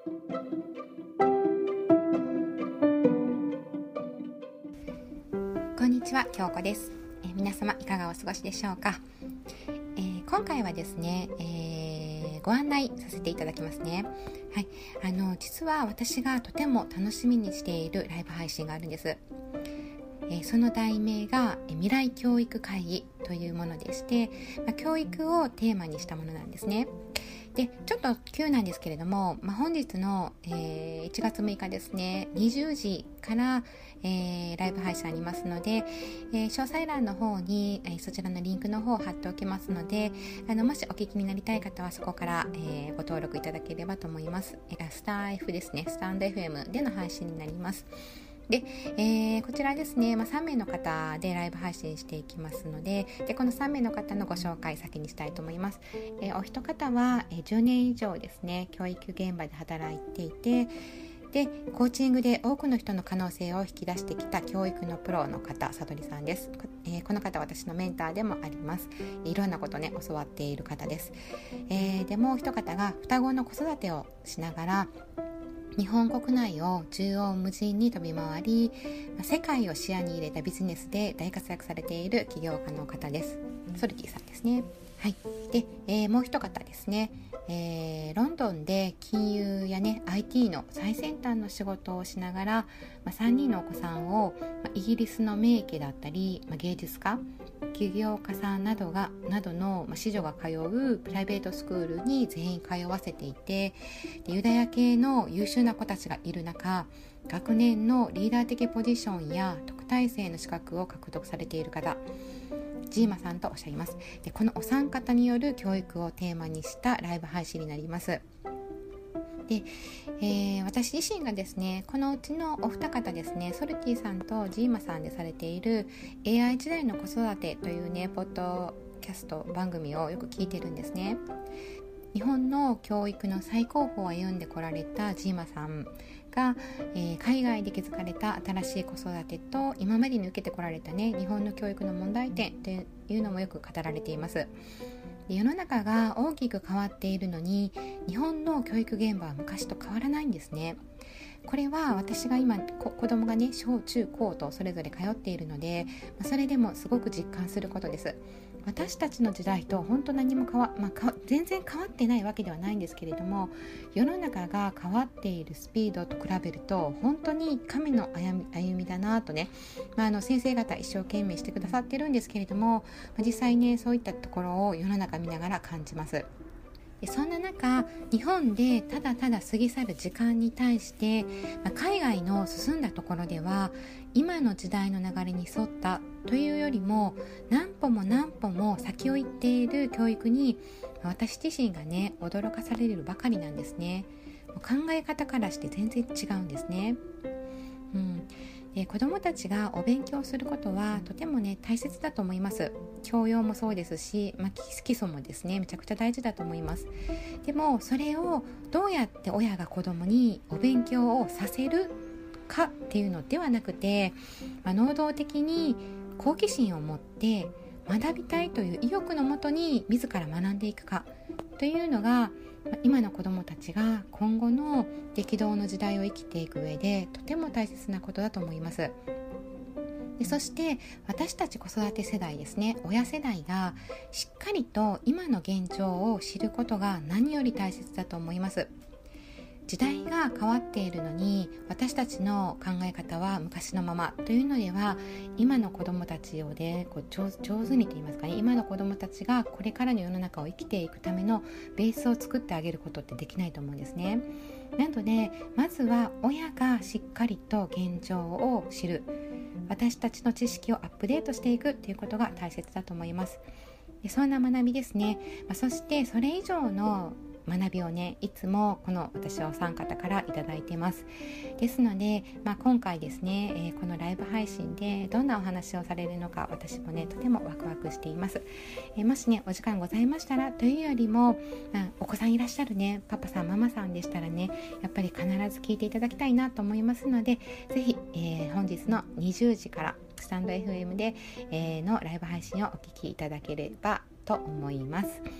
こんにちは、京子です。皆様いかがお過ごしでしょうか。今回はですね、ご案内させていただきますね。はい、実は私がとても楽しみにしているライブ配信があるんです。その題名が未来教育会議というものでして、教育をテーマにしたものなんですね。で、ちょっと急なんですけれども、本日の、1月6日ですね、20時から、ライブ配信ありますので、詳細欄の方に、そちらのリンクの方を貼っておきますので、もしお聞きになりたい方はそこから、ご登録いただければと思います。スタンド F ですね、スタンド FM での配信になります。で、こちらですね、3名の方でライブ配信していきますので、この3名の方のご紹介先にしたいと思います。お一方は、10年以上ですね、教育現場で働いていて、でコーチングで多くの人の可能性を引き出してきた教育のプロの方、さとりさんです。この方は私のメンターでもあります。いろんなことね教わっている方です。でもう一方が双子の子育てをしながら日本国内を縦横無尽に飛び回り、世界を視野に入れたビジネスで大活躍されている起業家の方です。ソルティさんですね。はい。で、もう一方ですね、ロンドンで金融やね IT の最先端の仕事をしながら、3人のお子さんを、イギリスの名家だったり、芸術家、起業家さんなどの、子女が通うプライベートスクールに全員通わせていて、でユダヤ系の優秀な子たちがいる中、学年のリーダー的ポジションや特待生の資格を獲得されている方、ジーマさんとおっしゃいます。でこのお三方による教育をテーマにしたライブ配信になります。で、私自身がですね、このうちのお二方ですね、ソルティさんとジーマさんでされている AI 時代の子育てというねポッドキャスト番組をよく聞いてるんですね。日本の教育の最高峰を歩んでこられたジーマさんが、海外で築かれた新しい子育てと今までに受けてこられたね日本の教育の問題点というのもよく語られています。で世の中が大きく変わっているのに日本の教育現場は昔と変わらないんですね。これは私が今子供がね小中高とそれぞれ通っているので、それでもすごく実感することです。私たちの時代と本当何も全然変わってないわけではないんですけれども、世の中が変わっているスピードと比べると本当に神の歩みだなとね、先生方一生懸命してくださってるんですけれども、実際ねそういったところを世の中見ながら感じます。でそんな中、日本でただただ過ぎ去る時間に対して、海外の進んだところでは今の時代の流れに沿ったというよりも何歩も先を行っている教育に私自身がね驚かされるばかりなんですね。考え方からして全然違うんですね。で子どもたちがお勉強することはとてもね大切だと思います。教養もそうですし、基礎もですねめちゃくちゃ大事だと思います。でもそれをどうやって親が子どもにお勉強をさせるかっていうのではなくて、能動的に好奇心を持って学びたいという意欲のもとに自ら学んでいくかというのが、今の子どもたちが今後の激動の時代を生きていく上でとても大切なことだと思います。でそして私たち子育て世代ですね、親世代がしっかりと今の現状を知ることが何より大切だと思います。時代が変わっているのに私たちの考え方は昔のままというのでは、今の子どもたちを上手にと言いますかね、今の子どもたちがこれからの世の中を生きていくためのベースを作ってあげることってできないと思うんですね。なのでまずは親がしっかりと現状を知る、私たちの知識をアップデートしていくということが大切だと思います。でそんな学びですね。そしてそれ以上の学びをねいつもこの私はお三方からいただいています。ですので、今回ですね、このライブ配信でどんなお話をされるのか私もねとてもワクワクしています。もしねお時間ございましたらというよりも、お子さんいらっしゃるねパパさんママさんでしたらねやっぱり必ず聞いていただきたいなと思いますので、ぜひ、本日の20時からスタンド FM で、のライブ配信をお聞きいただければと思います。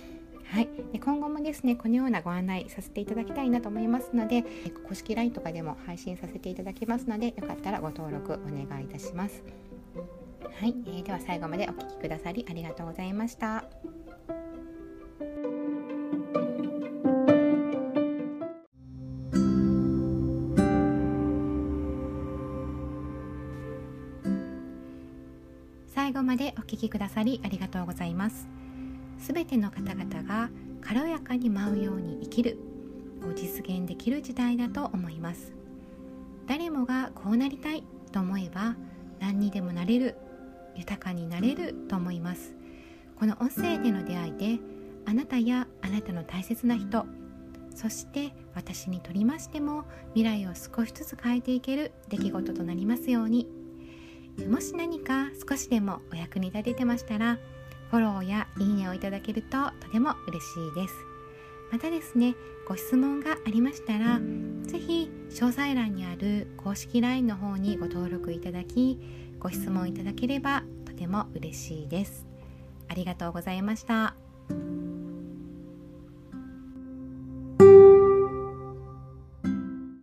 はい、で今後もですねこのようなご案内させていただきたいなと思いますので、公式 LINE とかでも配信させていただきますので、よかったらご登録お願いいたします。はい、では最後までお聞きくださりありがとうございました。最後までお聞きくださりありがとうございます。すべての方々が軽やかに舞うように生きるを実現できる時代だと思います。誰もがこうなりたいと思えば何にでもなれる、豊かになれると思います。この音声での出会いで、あなたやあなたの大切な人、そして私にとりましても未来を少しずつ変えていける出来事となりますように。もし何か少しでもお役に立ててましたら、フォローやいいねをいただけるととても嬉しいです。またですね、ご質問がありましたら、ぜひ詳細欄にある公式 LINE の方にご登録いただき、ご質問いただければとても嬉しいです。ありがとうございました。